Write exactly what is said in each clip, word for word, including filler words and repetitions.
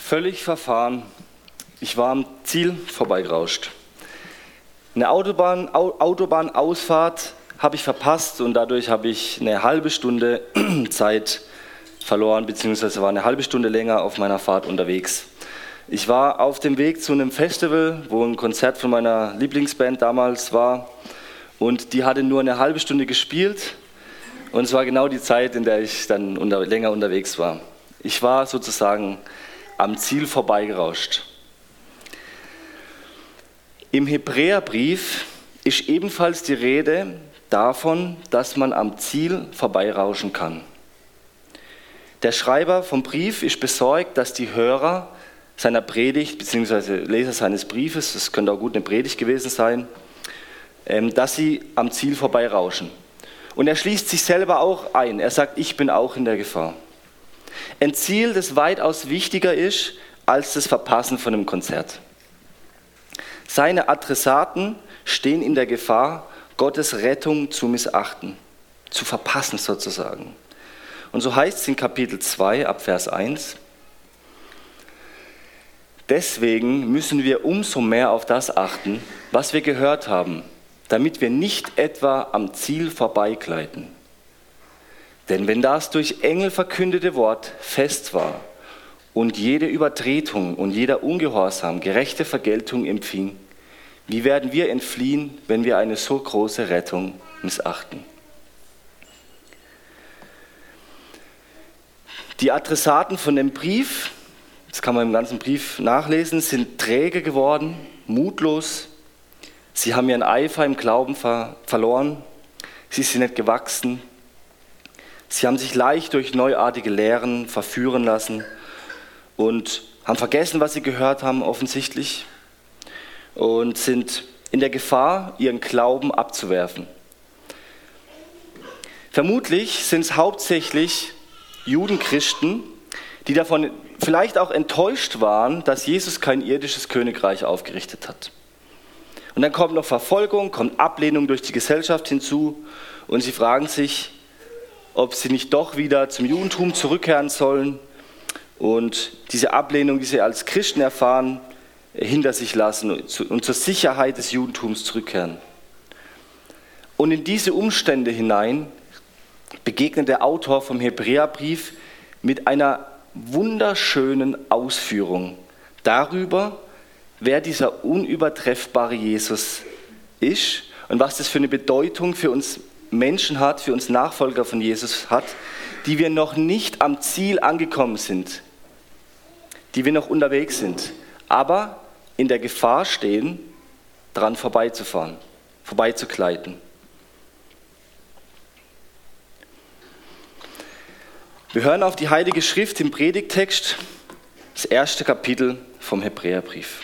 Völlig verfahren. Ich war am Ziel vorbeigerauscht. Eine Autobahn, Au- Autobahnausfahrt habe ich verpasst und dadurch habe ich eine halbe Stunde Zeit verloren, beziehungsweise war eine halbe Stunde länger auf meiner Fahrt unterwegs. Ich war auf dem Weg zu einem Festival, wo ein Konzert von meiner Lieblingsband damals war und die hatte nur eine halbe Stunde gespielt und es war genau die Zeit, in der ich dann unter, länger unterwegs war. Ich war sozusagen am Ziel vorbeigerauscht. Im Hebräerbrief ist ebenfalls die Rede davon, dass man am Ziel vorbeirauschen kann. Der Schreiber vom Brief ist besorgt, dass die Hörer seiner Predigt, beziehungsweise Leser seines Briefes, das könnte auch gut eine Predigt gewesen sein, dass sie am Ziel vorbeirauschen. Und er schließt sich selber auch ein. Er sagt, ich bin auch in der Gefahr. Ein Ziel, das weitaus wichtiger ist als das Verpassen von einem Konzert. Seine Adressaten stehen in der Gefahr, Gottes Rettung zu missachten, zu verpassen sozusagen. Und so heißt es in Kapitel zwei ab Vers eins, deswegen müssen wir umso mehr auf das achten, was wir gehört haben, damit wir nicht etwa am Ziel vorbeigleiten. Denn wenn das durch Engel verkündete Wort fest war und jede Übertretung und jeder Ungehorsam gerechte Vergeltung empfing, wie werden wir entfliehen, wenn wir eine so große Rettung missachten? Die Adressaten von dem Brief, das kann man im ganzen Brief nachlesen, sind träge geworden, mutlos. Sie haben ihren Eifer im Glauben ver- verloren. Sie sind nicht gewachsen. Sie haben sich leicht durch neuartige Lehren verführen lassen und haben vergessen, was sie gehört haben, offensichtlich, und sind in der Gefahr, ihren Glauben abzuwerfen. Vermutlich sind es hauptsächlich Judenchristen, die davon vielleicht auch enttäuscht waren, dass Jesus kein irdisches Königreich aufgerichtet hat. Und dann kommt noch Verfolgung, kommt Ablehnung durch die Gesellschaft hinzu und sie fragen sich, ob sie nicht doch wieder zum Judentum zurückkehren sollen und diese Ablehnung, die sie als Christen erfahren, hinter sich lassen und zur Sicherheit des Judentums zurückkehren. Und in diese Umstände hinein begegnet der Autor vom Hebräerbrief mit einer wunderschönen Ausführung darüber, wer dieser unübertreffbare Jesus ist und was das für eine Bedeutung für uns Menschen hat, für uns Nachfolger von Jesus hat, die wir noch nicht am Ziel angekommen sind, die wir noch unterwegs sind, aber in der Gefahr stehen, dran vorbeizufahren, vorbeizugleiten. Wir hören auf die Heilige Schrift im Predigttext, das erste Kapitel vom Hebräerbrief.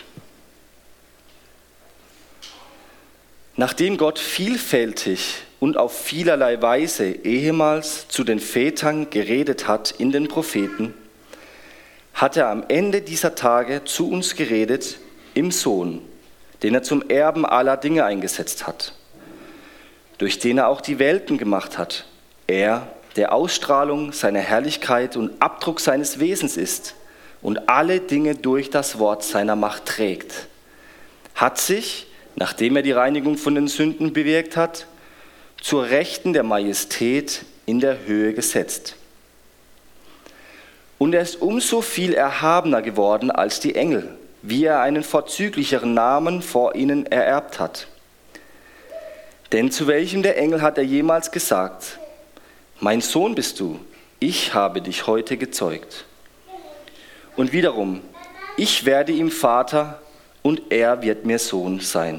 Nachdem Gott vielfältig und auf vielerlei Weise ehemals zu den Vätern geredet hat in den Propheten, hat er am Ende dieser Tage zu uns geredet im Sohn, den er zum Erben aller Dinge eingesetzt hat, durch den er auch die Welten gemacht hat, er, der Ausstrahlung seiner Herrlichkeit und Abdruck seines Wesens ist und alle Dinge durch das Wort seiner Macht trägt, hat sich, nachdem er die Reinigung von den Sünden bewirkt hat, zur Rechten der Majestät in der Höhe gesetzt. Und er ist umso viel erhabener geworden als die Engel, wie er einen vorzüglicheren Namen vor ihnen ererbt hat. Denn zu welchem der Engel hat er jemals gesagt, mein Sohn bist du, ich habe dich heute gezeugt. Und wiederum, ich werde ihm Vater und er wird mir Sohn sein.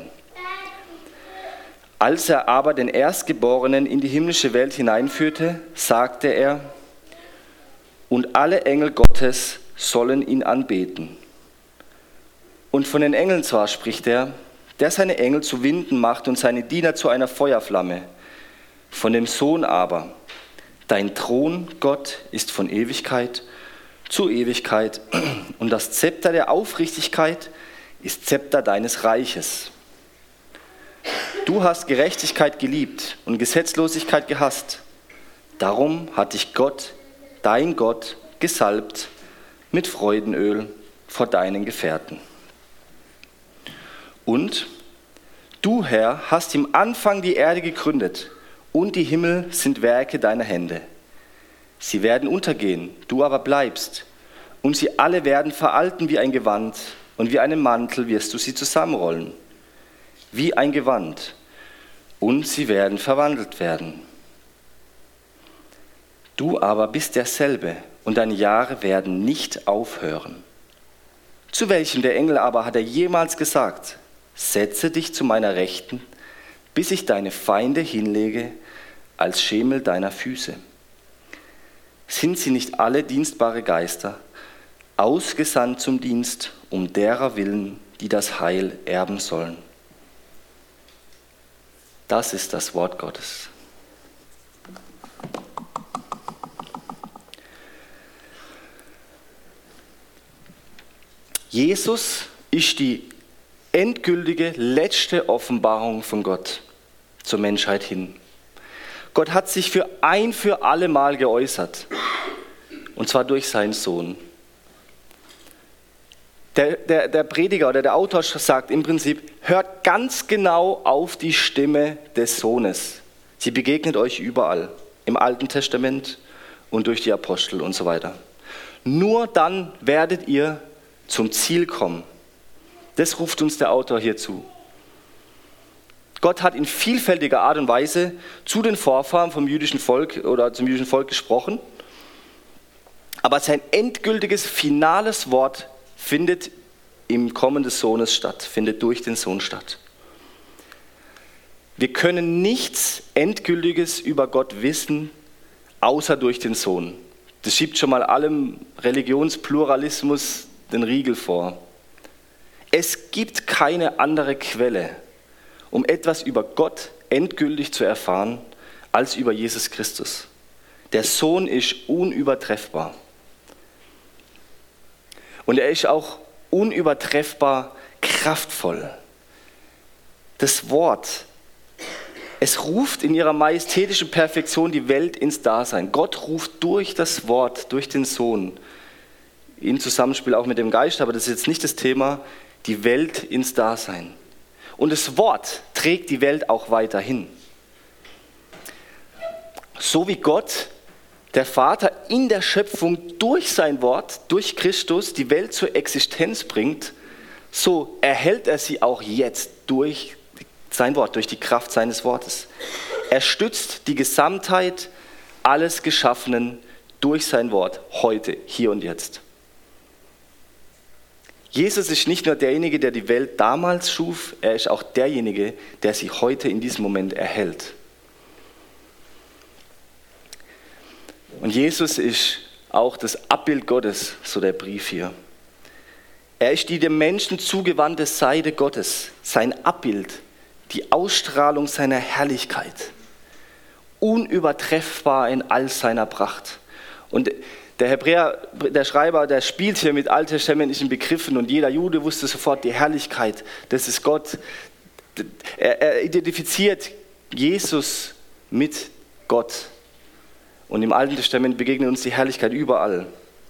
Als er aber den Erstgeborenen in die himmlische Welt hineinführte, sagte er, und alle Engel Gottes sollen ihn anbeten. Und von den Engeln zwar spricht er, der seine Engel zu Winden macht und seine Diener zu einer Feuerflamme. Von dem Sohn aber, dein Thron, Gott, ist von Ewigkeit zu Ewigkeit und das Zepter der Aufrichtigkeit ist Zepter deines Reiches. Du hast Gerechtigkeit geliebt und Gesetzlosigkeit gehasst. Darum hat dich Gott, dein Gott, gesalbt mit Freudenöl vor deinen Gefährten. Und du, Herr, hast im Anfang die Erde gegründet, und die Himmel sind Werke deiner Hände. Sie werden untergehen, du aber bleibst, und sie alle werden veralten wie ein Gewand, und wie einen Mantel wirst du sie zusammenrollen, wie ein Gewand, und sie werden verwandelt werden. Du aber bist derselbe, und deine Jahre werden nicht aufhören. Zu welchem der Engel aber hat er jemals gesagt, setze dich zu meiner Rechten, bis ich deine Feinde hinlege als Schemel deiner Füße? Sind sie nicht alle dienstbare Geister, ausgesandt zum Dienst, um derer willen, die das Heil erben sollen? Das ist das Wort Gottes. Jesus ist die endgültige, letzte Offenbarung von Gott zur Menschheit hin. Gott hat sich für ein für alle Mal geäußert, und zwar durch seinen Sohn. Der, der, der Prediger oder der Autor sagt im Prinzip, hört ganz genau auf die Stimme des Sohnes. Sie begegnet euch überall, im Alten Testament und durch die Apostel und so weiter. Nur dann werdet ihr zum Ziel kommen. Das ruft uns der Autor hier zu. Gott hat in vielfältiger Art und Weise zu den Vorfahren vom jüdischen Volk oder zum jüdischen Volk gesprochen, aber sein endgültiges, finales Wort findet im Kommen des Sohnes statt, findet durch den Sohn statt. Wir können nichts Endgültiges über Gott wissen, außer durch den Sohn. Das schiebt schon mal allem Religionspluralismus den Riegel vor. Es gibt keine andere Quelle, um etwas über Gott endgültig zu erfahren, als über Jesus Christus. Der Sohn ist unübertreffbar. Und er ist auch unübertreffbar kraftvoll. Das Wort, es ruft in ihrer majestätischen Perfektion die Welt ins Dasein. Gott ruft durch das Wort, durch den Sohn, im Zusammenspiel auch mit dem Geist, aber das ist jetzt nicht das Thema, die Welt ins Dasein. Und das Wort trägt die Welt auch weiterhin. So wie Gott, der Vater, in der Schöpfung durch sein Wort, durch Christus, die Welt zur Existenz bringt, so erhält er sie auch jetzt durch sein Wort, durch die Kraft seines Wortes. Er stützt die Gesamtheit alles Geschaffenen durch sein Wort, heute, hier und jetzt. Jesus ist nicht nur derjenige, der die Welt damals schuf, er ist auch derjenige, der sie heute in diesem Moment erhält. Und Jesus ist auch das Abbild Gottes, so der Brief hier. Er ist die dem Menschen zugewandte Seite Gottes, sein Abbild, die Ausstrahlung seiner Herrlichkeit, unübertreffbar in all seiner Pracht. Und der Hebräer, der Schreiber, der spielt hier mit alttestamentlichen Begriffen und jeder Jude wusste sofort die Herrlichkeit, das ist Gott. Er, er identifiziert Jesus mit Gott. Und im Alten Testament begegnet uns die Herrlichkeit überall.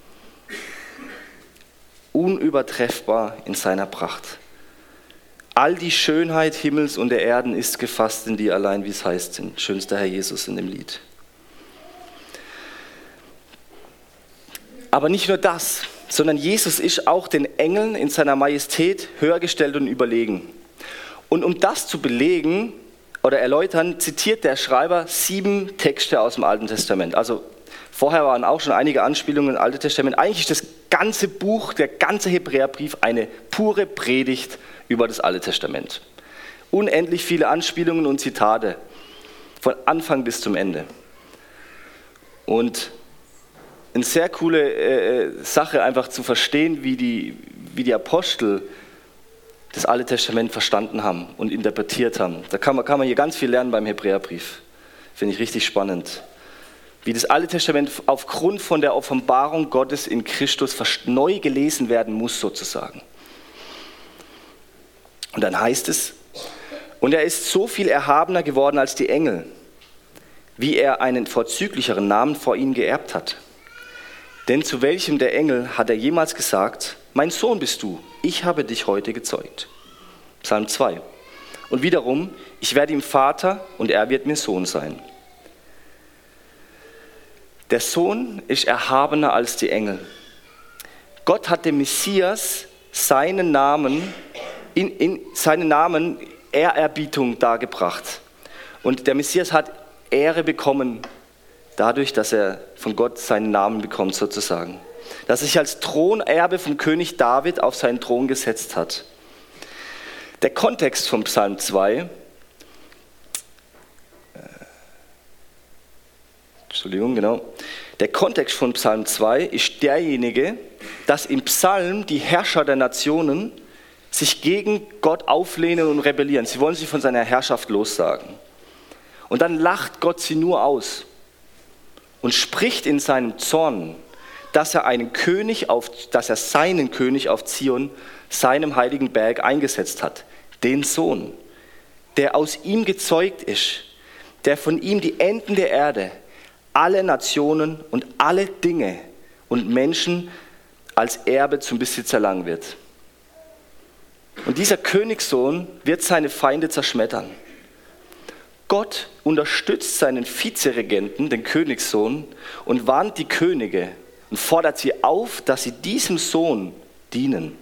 Unübertreffbar in seiner Pracht. All die Schönheit Himmels und der Erden ist gefasst in dir allein, wie es heißt, schönster Herr Jesus in dem Lied. Aber nicht nur das, sondern Jesus ist auch den Engeln in seiner Majestät höher gestellt und überlegen. Und um das zu belegen oder erläutern, zitiert der Schreiber sieben Texte aus dem Alten Testament. Also vorher waren auch schon einige Anspielungen im Alten Testament. Eigentlich ist das ganze Buch, der ganze Hebräerbrief eine pure Predigt über das Alte Testament. Unendlich viele Anspielungen und Zitate, von Anfang bis zum Ende. Und eine sehr coole äh, Sache, einfach zu verstehen, wie die, wie die Apostel das Alte Testament verstanden haben und interpretiert haben. Da kann man, kann man hier ganz viel lernen beim Hebräerbrief. Finde ich richtig spannend. Wie das Alte Testament aufgrund von der Offenbarung Gottes in Christus neu gelesen werden muss, sozusagen. Und dann heißt es, und er ist so viel erhabener geworden als die Engel, wie er einen vorzüglicheren Namen vor ihnen geerbt hat. Denn zu welchem der Engel hat er jemals gesagt, mein Sohn bist du, ich habe dich heute gezeugt. Psalm zwei. Und wiederum, ich werde ihm Vater und er wird mir Sohn sein. Der Sohn ist erhabener als die Engel. Gott hat dem Messias seinen Namen, in, in seinen Namen Ehrerbietung dargebracht. Und der Messias hat Ehre bekommen, dadurch, dass er von Gott seinen Namen bekommt sozusagen. Dass er sich als Thronerbe vom König David auf seinen Thron gesetzt hat. Der Kontext vom Psalm zwei, äh, Entschuldigung, genau. Der Kontext von Psalm zwei ist derjenige, dass im Psalm die Herrscher der Nationen sich gegen Gott auflehnen und rebellieren. Sie wollen sich von seiner Herrschaft lossagen. Und dann lacht Gott sie nur aus und spricht in seinem Zorn, dass er einen König auf, dass er seinen König auf Zion, seinem heiligen Berg, eingesetzt hat. Den Sohn, der aus ihm gezeugt ist, der von ihm die Enden der Erde, alle Nationen und alle Dinge und Menschen als Erbe zum Besitz erlangen wird. Und dieser Königssohn wird seine Feinde zerschmettern. Gott unterstützt seinen Vizeregenten, den Königssohn, und warnt die Könige und fordert sie auf, dass sie diesem Sohn dienen.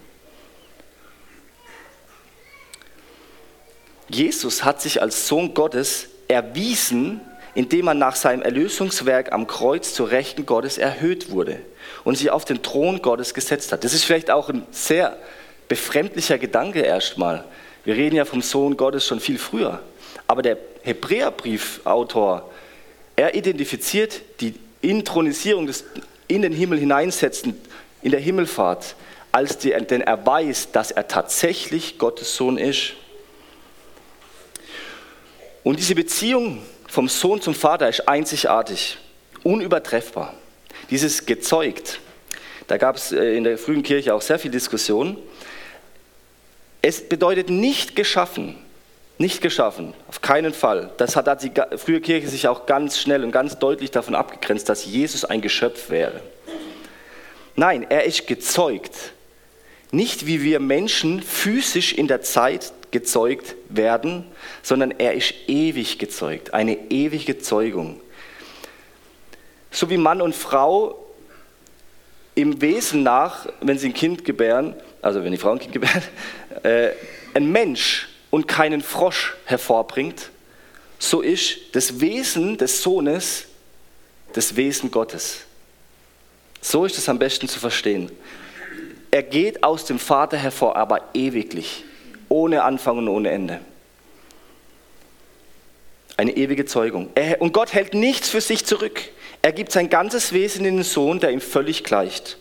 Jesus hat sich als Sohn Gottes erwiesen, indem er nach seinem Erlösungswerk am Kreuz zur Rechten Gottes erhöht wurde und sich auf den Thron Gottes gesetzt hat. Das ist vielleicht auch ein sehr befremdlicher Gedanke erstmal. Wir reden ja vom Sohn Gottes schon viel früher. Aber der Hebräerbriefautor, er identifiziert die Inthronisierung des in den Himmel hineinsetzen, in der Himmelfahrt, als die, den Erweis, dass er tatsächlich Gottes Sohn ist. Und diese Beziehung vom Sohn zum Vater ist einzigartig, unübertreffbar. Dieses gezeugt, da gab es in der frühen Kirche auch sehr viel Diskussion. Es bedeutet nicht geschaffen, nicht geschaffen, auf keinen Fall. Das hat, hat die frühe Kirche sich auch ganz schnell und ganz deutlich davon abgegrenzt, dass Jesus ein Geschöpf wäre. Nein, er ist gezeugt. Nicht wie wir Menschen physisch in der Zeit gezeugt werden, sondern er ist ewig gezeugt, eine ewige Zeugung. So wie Mann und Frau im Wesen nach, wenn sie ein Kind gebären, also wenn die Frau ein Kind gebären, äh, ein Mensch und keinen Frosch hervorbringt, so ist das Wesen des Sohnes das Wesen Gottes. So ist es am besten zu verstehen. Er geht aus dem Vater hervor, aber ewiglich, ohne Anfang und ohne Ende. Eine ewige Zeugung. Er, und Gott hält nichts für sich zurück. Er gibt sein ganzes Wesen in den Sohn, der ihm völlig gleicht.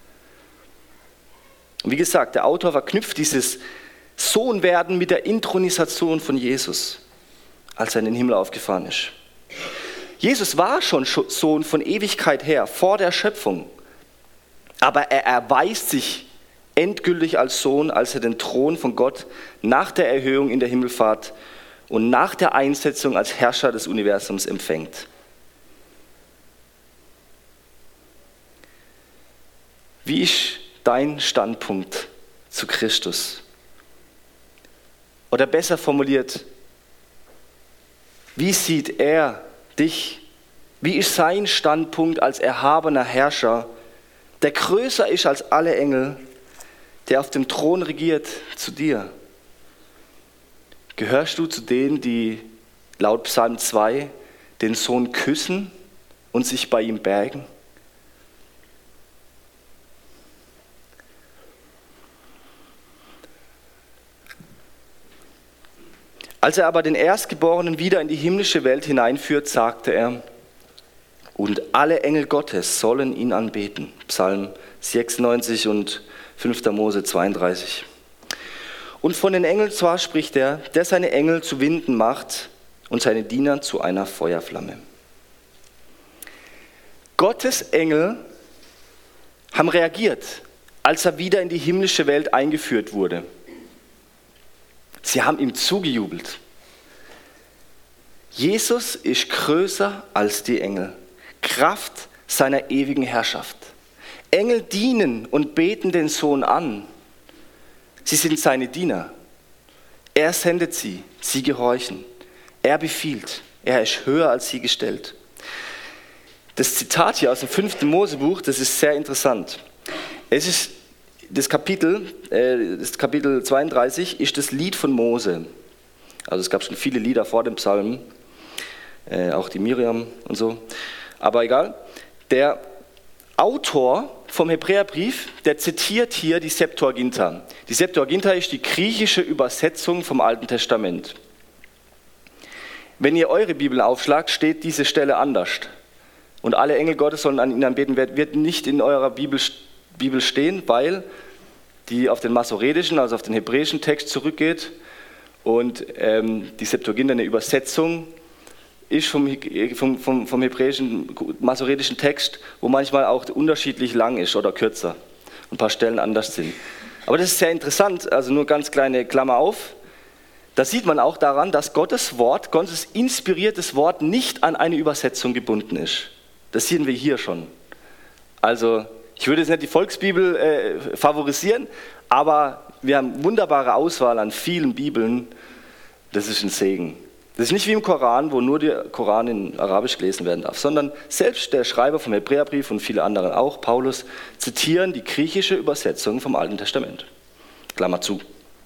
Und wie gesagt, der Autor verknüpft dieses Sohnwerden mit der Inthronisation von Jesus, als er in den Himmel aufgefahren ist. Jesus war schon Sohn von Ewigkeit her, vor der Schöpfung. Aber er erweist sich endgültig als Sohn, als er den Thron von Gott nach der Erhöhung in der Himmelfahrt und nach der Einsetzung als Herrscher des Universums empfängt. Wie ist dein Standpunkt zu Christus? Oder besser formuliert, wie sieht er dich? Wie ist sein Standpunkt als erhabener Herrscher, der größer ist als alle Engel, der auf dem Thron regiert, zu dir? Gehörst du zu denen, die laut Psalm zwei den Sohn küssen und sich bei ihm bergen? Als er aber den Erstgeborenen wieder in die himmlische Welt hineinführt, sagte er, und alle Engel Gottes sollen ihn anbeten. Psalm sechsundneunzig und fünfter Mose zweiunddreißig. Und von den Engeln zwar spricht er, der seine Engel zu Winden macht und seine Diener zu einer Feuerflamme. Gottes Engel haben reagiert, als er wieder in die himmlische Welt eingeführt wurde. Sie haben ihm zugejubelt. Jesus ist größer als die Engel. Kraft seiner ewigen Herrschaft. Engel dienen und beten den Sohn an. Sie sind seine Diener. Er sendet sie, sie gehorchen. Er befiehlt, er ist höher als sie gestellt. Das Zitat hier aus dem fünften Mosebuch, das ist sehr interessant. Es ist das Kapitel, äh, das Kapitel zweiunddreißig ist das Lied von Mose. Also es gab schon viele Lieder vor dem Psalm, äh, auch die Miriam und so. Aber egal, der Autor vom Hebräerbrief, der zitiert hier die Septuaginta. Die Septuaginta ist die griechische Übersetzung vom Alten Testament. Wenn ihr eure Bibel aufschlagt, steht diese Stelle anders. Und alle Engel Gottes sollen an ihn anbeten, wird nicht in eurer Bibel, Bibel stehen, weil die auf den masoretischen, also auf den hebräischen Text zurückgeht. Und ähm, die Septuaginta, eine Übersetzung, ist vom, vom, vom, vom hebräischen, masoretischen Text, wo manchmal auch unterschiedlich lang ist oder kürzer und ein paar Stellen anders sind. Aber das ist sehr interessant, also nur ganz kleine Klammer auf. Das sieht man auch daran, dass Gottes Wort, Gottes inspiriertes Wort nicht an eine Übersetzung gebunden ist. Das sehen wir hier schon. Also ich würde jetzt nicht die Volksbibel äh, favorisieren, aber wir haben wunderbare Auswahl an vielen Bibeln. Das ist ein Segen. Das ist nicht wie im Koran, wo nur der Koran in Arabisch gelesen werden darf, sondern selbst der Schreiber vom Hebräerbrief und viele andere auch, Paulus, zitieren die griechische Übersetzung vom Alten Testament. Klammer zu.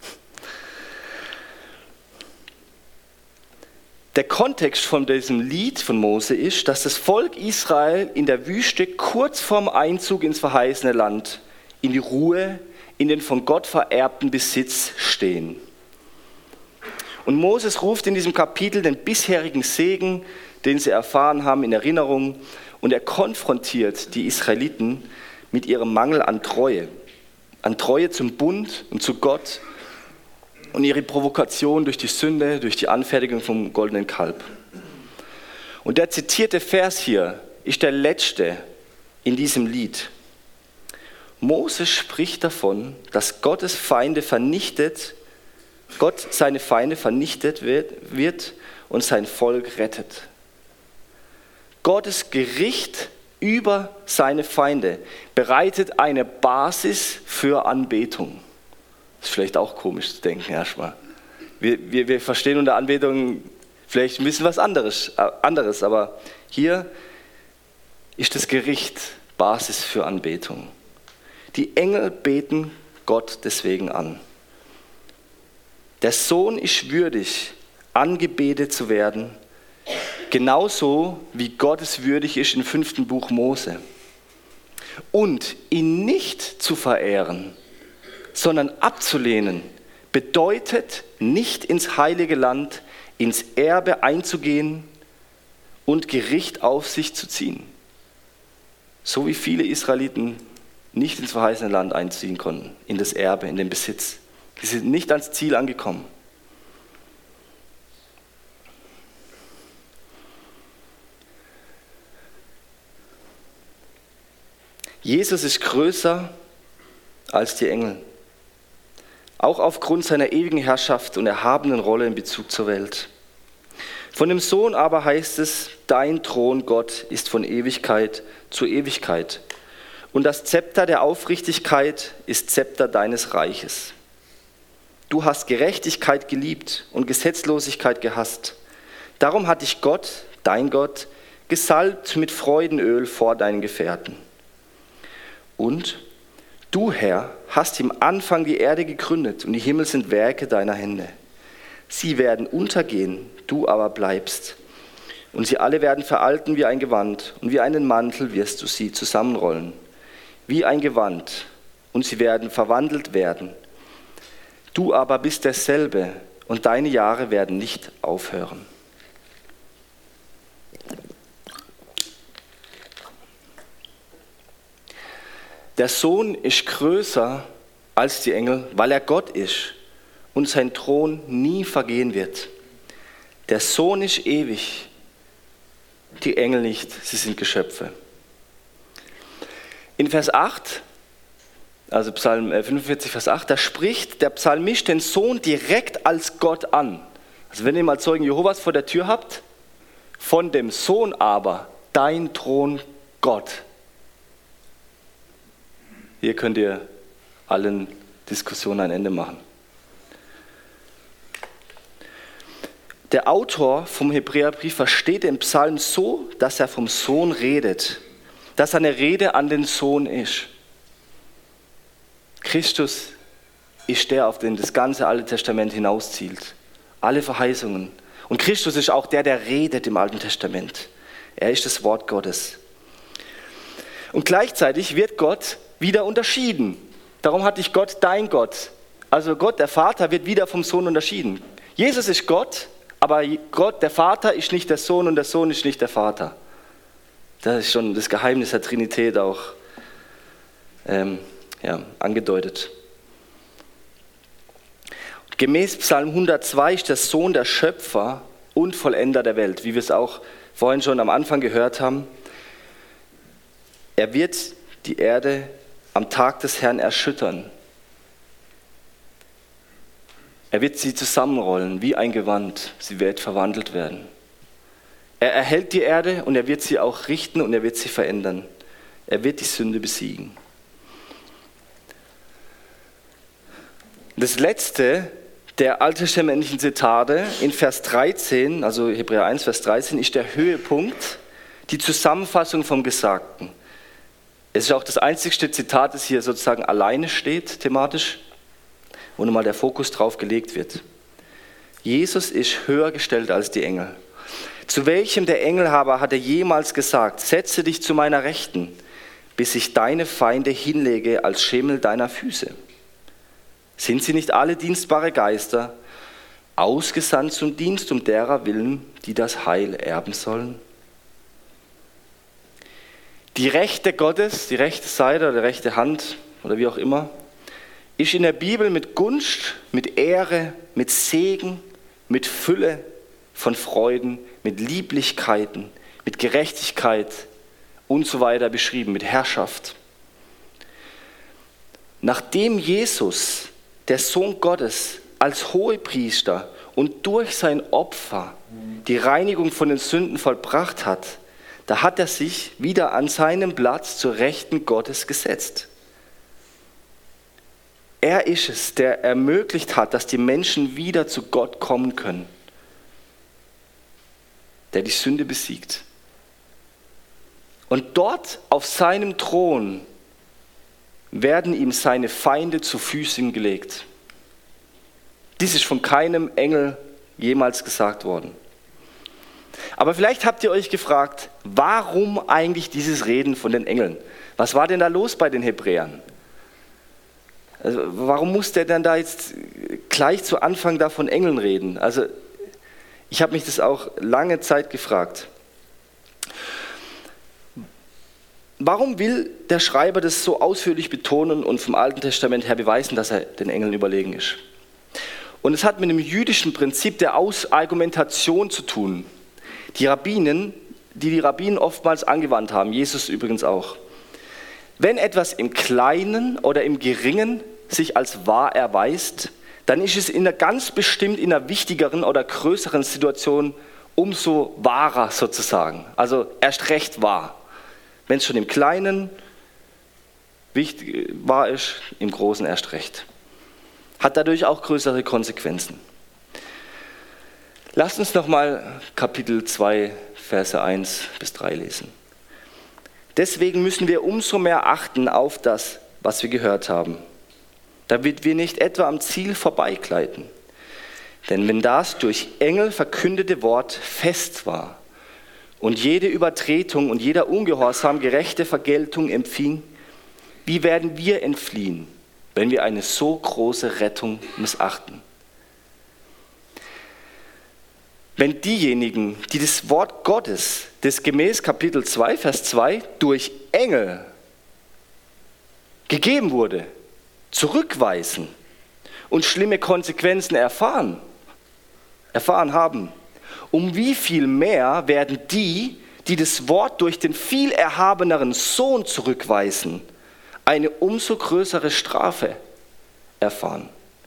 Der Kontext von diesem Lied von Mose ist, dass das Volk Israel in der Wüste kurz vorm Einzug ins verheißene Land in die Ruhe, in den von Gott vererbten Besitz stehen. Und Moses ruft in diesem Kapitel den bisherigen Segen, den sie erfahren haben, in Erinnerung, und er konfrontiert die Israeliten mit ihrem Mangel an Treue, an Treue zum Bund und zu Gott und ihre Provokation durch die Sünde, durch die Anfertigung vom goldenen Kalb. Und der zitierte Vers hier ist der letzte in diesem Lied. Moses spricht davon, dass Gottes Feinde vernichtet Gott seine Feinde vernichtet wird, wird und sein Volk rettet. Gottes Gericht über seine Feinde bereitet eine Basis für Anbetung. Das ist vielleicht auch komisch zu denken erstmal. Wir, wir, wir verstehen unter Anbetung vielleicht ein bisschen was anderes, anderes, aber hier ist das Gericht Basis für Anbetung. Die Engel beten Gott deswegen an. Der Sohn ist würdig, angebetet zu werden, genauso wie Gott es würdig ist im fünften Buch Mose. Und ihn nicht zu verehren, sondern abzulehnen, bedeutet nicht ins heilige Land, ins Erbe einzugehen und Gericht auf sich zu ziehen. So wie viele Israeliten nicht ins verheißene Land einziehen konnten, in das Erbe, in den Besitz. Die sind nicht ans Ziel angekommen. Jesus ist größer als die Engel. Auch aufgrund seiner ewigen Herrschaft und erhabenen Rolle in Bezug zur Welt. Von dem Sohn aber heißt es, dein Thron, Gott, ist von Ewigkeit zu Ewigkeit. Und das Zepter der Aufrichtigkeit ist Zepter deines Reiches. Du hast Gerechtigkeit geliebt und Gesetzlosigkeit gehasst. Darum hat dich Gott, dein Gott, gesalbt mit Freudenöl vor deinen Gefährten. Und du, Herr, hast im Anfang die Erde gegründet und die Himmel sind Werke deiner Hände. Sie werden untergehen, du aber bleibst. Und sie alle werden veralten wie ein Gewand und wie einen Mantel wirst du sie zusammenrollen. Wie ein Gewand und sie werden verwandelt werden. Du aber bist derselbe und deine Jahre werden nicht aufhören. Der Sohn ist größer als die Engel, weil er Gott ist und sein Thron nie vergehen wird. Der Sohn ist ewig, die Engel nicht, sie sind Geschöpfe. In Vers acht, also Psalm fünfundvierzig, Vers acht, da spricht der Psalmist den Sohn direkt als Gott an. Also wenn ihr mal Zeugen Jehovas vor der Tür habt, von dem Sohn aber, dein Thron Gott. Hier könnt ihr allen Diskussionen ein Ende machen. Der Autor vom Hebräerbrief versteht den Psalm so, dass er vom Sohn redet, dass seine Rede an den Sohn ist. Christus ist der, auf den das ganze Alte Testament hinauszielt. Alle Verheißungen. Und Christus ist auch der, der redet im Alten Testament. Er ist das Wort Gottes. Und gleichzeitig wird Gott wieder unterschieden. Darum hat dich Gott dein Gott. Also Gott, der Vater, wird wieder vom Sohn unterschieden. Jesus ist Gott, aber Gott, der Vater, ist nicht der Sohn und der Sohn ist nicht der Vater. Das ist schon das Geheimnis der Trinität auch ähm, ja, angedeutet. Gemäß Psalm hundertzwei ist der Sohn der Schöpfer und Vollender der Welt, wie wir es auch vorhin schon am Anfang gehört haben. Er wird die Erde am Tag des Herrn erschüttern. Er wird sie zusammenrollen wie ein Gewand. Sie wird verwandelt werden. Er erhält die Erde und er wird sie auch richten und er wird sie verändern. Er wird die Sünde besiegen. Das letzte der alttestamentlichen Zitate in Vers dreizehn, also Hebräer eins, Vers dreizehn, ist der Höhepunkt, die Zusammenfassung vom Gesagten. Es ist auch das einzigste Zitat, das hier sozusagen alleine steht, thematisch, wo nochmal der Fokus drauf gelegt wird. Jesus ist höher gestellt als die Engel. Zu welchem der Engelhaber hat er jemals gesagt, setze dich zu meiner Rechten, bis ich deine Feinde hinlege als Schemel deiner Füße? Sind sie nicht alle dienstbare Geister, ausgesandt zum Dienst um derer willen, die das Heil erben sollen? Die Rechte Gottes, die rechte Seite oder die rechte Hand oder wie auch immer, ist in der Bibel mit Gunst, mit Ehre, mit Segen, mit Fülle von Freuden, mit Lieblichkeiten, mit Gerechtigkeit und so weiter beschrieben, mit Herrschaft. Nachdem Jesus, der Sohn Gottes, als Hohepriester und durch sein Opfer die Reinigung von den Sünden vollbracht hat, da hat er sich wieder an seinem Platz zur Rechten Gottes gesetzt. Er ist es, der ermöglicht hat, dass die Menschen wieder zu Gott kommen können, der die Sünde besiegt. Und dort auf seinem Thron werden ihm seine Feinde zu Füßen gelegt. Dies ist von keinem Engel jemals gesagt worden. Aber vielleicht habt ihr euch gefragt, warum eigentlich dieses Reden von den Engeln? Was war denn da los bei den Hebräern? Also warum muss der denn da jetzt gleich zu Anfang da von Engeln reden? Also ich habe mich das auch lange Zeit gefragt. Warum will der Schreiber das so ausführlich betonen und vom Alten Testament her beweisen, dass er den Engeln überlegen ist? Und es hat mit dem jüdischen Prinzip der Ausargumentation zu tun, die Rabbinen, die die Rabbinen oftmals angewandt haben, Jesus übrigens auch. Wenn etwas im Kleinen oder im Geringen sich als wahr erweist, dann ist es in einer ganz bestimmt in einer wichtigeren oder größeren Situation umso wahrer sozusagen, also erst recht wahr. Wenn es schon im Kleinen wichtig, wahr ist, im Großen erst recht. Hat dadurch auch größere Konsequenzen. Lasst uns nochmal Kapitel zwei, Verse eins bis drei lesen. Deswegen müssen wir umso mehr achten auf das, was wir gehört haben, damit wir nicht etwa am Ziel vorbeigleiten. Denn wenn das durch Engel verkündete Wort fest war und jede Übertretung und jeder Ungehorsam gerechte Vergeltung empfing, wie werden wir entfliehen, wenn wir eine so große Rettung missachten? Wenn diejenigen, die das Wort Gottes, das gemäß Kapitel zwei, Vers zwei, durch Engel gegeben wurde, zurückweisen und schlimme Konsequenzen erfahren, erfahren haben, um wie viel mehr werden die, die das Wort durch den viel erhabeneren Sohn zurückweisen, eine umso größere Strafe erfahren.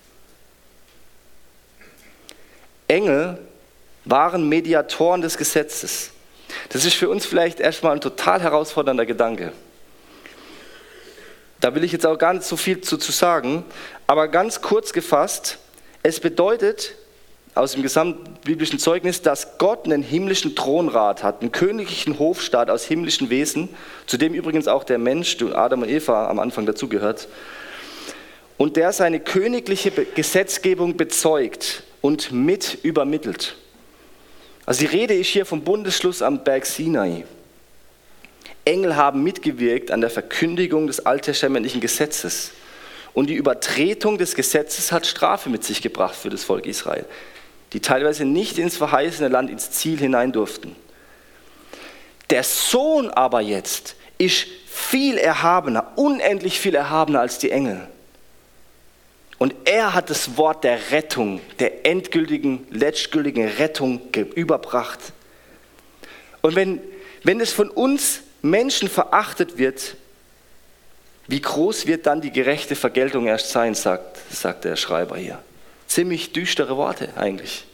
Engel waren Mediatoren des Gesetzes. Das ist für uns vielleicht erstmal ein total herausfordernder Gedanke. Da will ich jetzt auch gar nicht so viel zu, zu sagen, aber ganz kurz gefasst, es bedeutet aus dem gesamten biblischen Zeugnis, dass Gott einen himmlischen Thronrat hat, einen königlichen Hofstaat aus himmlischen Wesen, zu dem übrigens auch der Mensch, Adam und Eva, am Anfang dazugehört, und der seine königliche Gesetzgebung bezeugt und mit übermittelt. Also die Rede ist hier vom Bundesschluss am Berg Sinai. Engel haben mitgewirkt an der Verkündigung des alttestamentlichen Gesetzes. Und die Übertretung des Gesetzes hat Strafe mit sich gebracht für das Volk Israel, die teilweise nicht ins verheißene Land, ins Ziel hinein durften. Der Sohn aber jetzt ist viel erhabener, unendlich viel erhabener als die Engel. Und er hat das Wort der Rettung, der endgültigen, letztgültigen Rettung überbracht. Und wenn, wenn es von uns Menschen verachtet wird, wie groß wird dann die gerechte Vergeltung erst sein, sagt, sagt der Schreiber hier. Ziemlich düstere Worte eigentlich.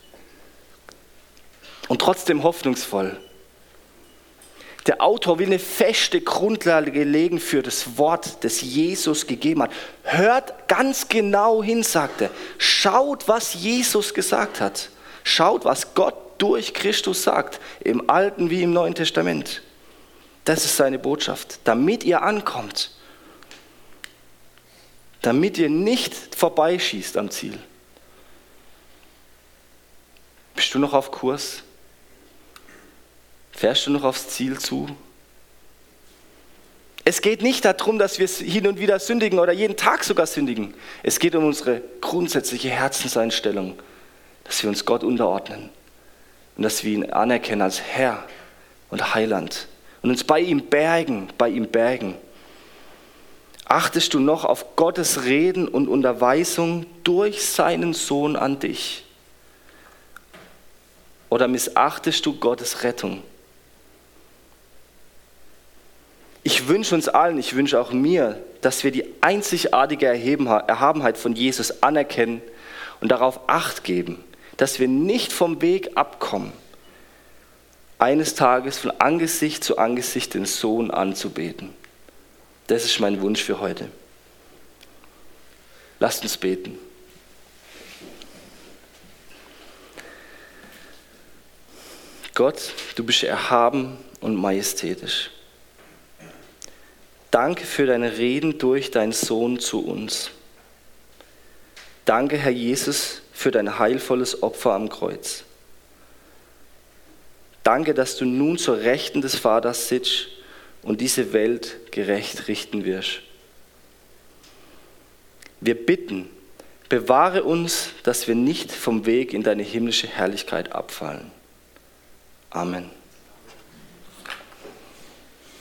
Und trotzdem hoffnungsvoll. Der Autor will eine feste Grundlage legen für das Wort, das Jesus gegeben hat. Hört ganz genau hin, sagt er. Schaut, was Jesus gesagt hat. Schaut, was Gott durch Christus sagt, im Alten wie im Neuen Testament. Das ist seine Botschaft, damit ihr ankommt. Damit ihr nicht vorbeischießt am Ziel. Bist du noch auf Kurs? Fährst du noch aufs Ziel zu? Es geht nicht darum, dass wir hin und wieder sündigen oder jeden Tag sogar sündigen. Es geht um unsere grundsätzliche Herzenseinstellung, dass wir uns Gott unterordnen und dass wir ihn anerkennen als Herr und Heiland und uns bei ihm bergen, bei ihm bergen. Achtest du noch auf Gottes Reden und Unterweisung durch seinen Sohn an dich? Oder missachtest du Gottes Rettung? Ich wünsche uns allen, ich wünsche auch mir, dass wir die einzigartige Erhabenheit von Jesus anerkennen und darauf Acht geben, dass wir nicht vom Weg abkommen, eines Tages von Angesicht zu Angesicht den Sohn anzubeten. Das ist mein Wunsch für heute. Lasst uns beten. Gott, du bist erhaben und majestätisch. Danke für deine Reden durch deinen Sohn zu uns. Danke, Herr Jesus, für dein heilvolles Opfer am Kreuz. Danke, dass du nun zur Rechten des Vaters sitzt und diese Welt gerecht richten wirst. Wir bitten, bewahre uns, dass wir nicht vom Weg in deine himmlische Herrlichkeit abfallen. Amen.